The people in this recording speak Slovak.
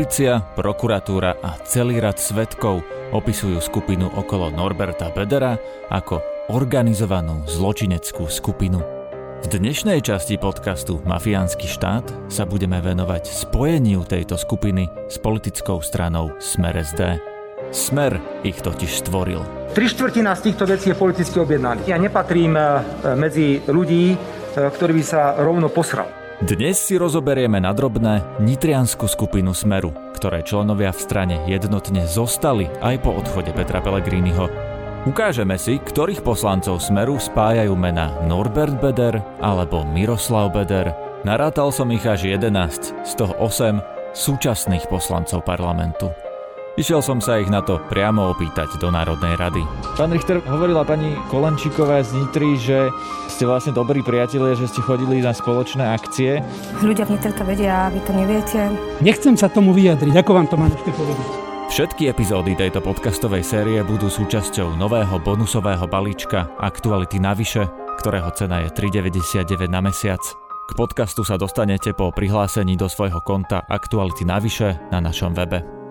Polícia, prokuratúra a celý rad svedkov opisujú skupinu okolo Norberta Bedera ako organizovanú zločineckú skupinu. V dnešnej časti podcastu Mafiánsky štát sa budeme venovať spojeniu tejto skupiny s politickou stranou Smer SD. Smer ich totiž stvoril. 3/4 z týchto vecí je politicky objednaných. Ja nepatrím medzi ľudí, ktorý by sa rovno posral. Dnes si rozoberieme na drobné nitriansku skupinu Smeru, ktoré členovia v strane jednotne zostali aj po odchode Petra Pellegriniho. Ukážeme si, ktorých poslancov Smeru spájajú mená Norbert Beder alebo Miroslav Beder. Narátal som ich až 11, z toho 8 súčasných poslancov parlamentu. Išiel som sa ich na to priamo opýtať do Národnej rady. Pán Richter, hovorila pani Kolančíková z Nitry, že ste vlastne dobrí priatelia, že ste chodili na spoločné akcie. Ľudia v Nitre to vedia a vy to neviete. Nechcem sa tomu vyjadriť. Ako vám to mám ešte povedať? Všetky epizódy tejto podcastovej série budú súčasťou nového bonusového balíčka Aktuality navyše, ktorého cena je 3,99 na mesiac. K podcastu sa dostanete po prihlásení do svojho konta Aktuality navyše na našom webe.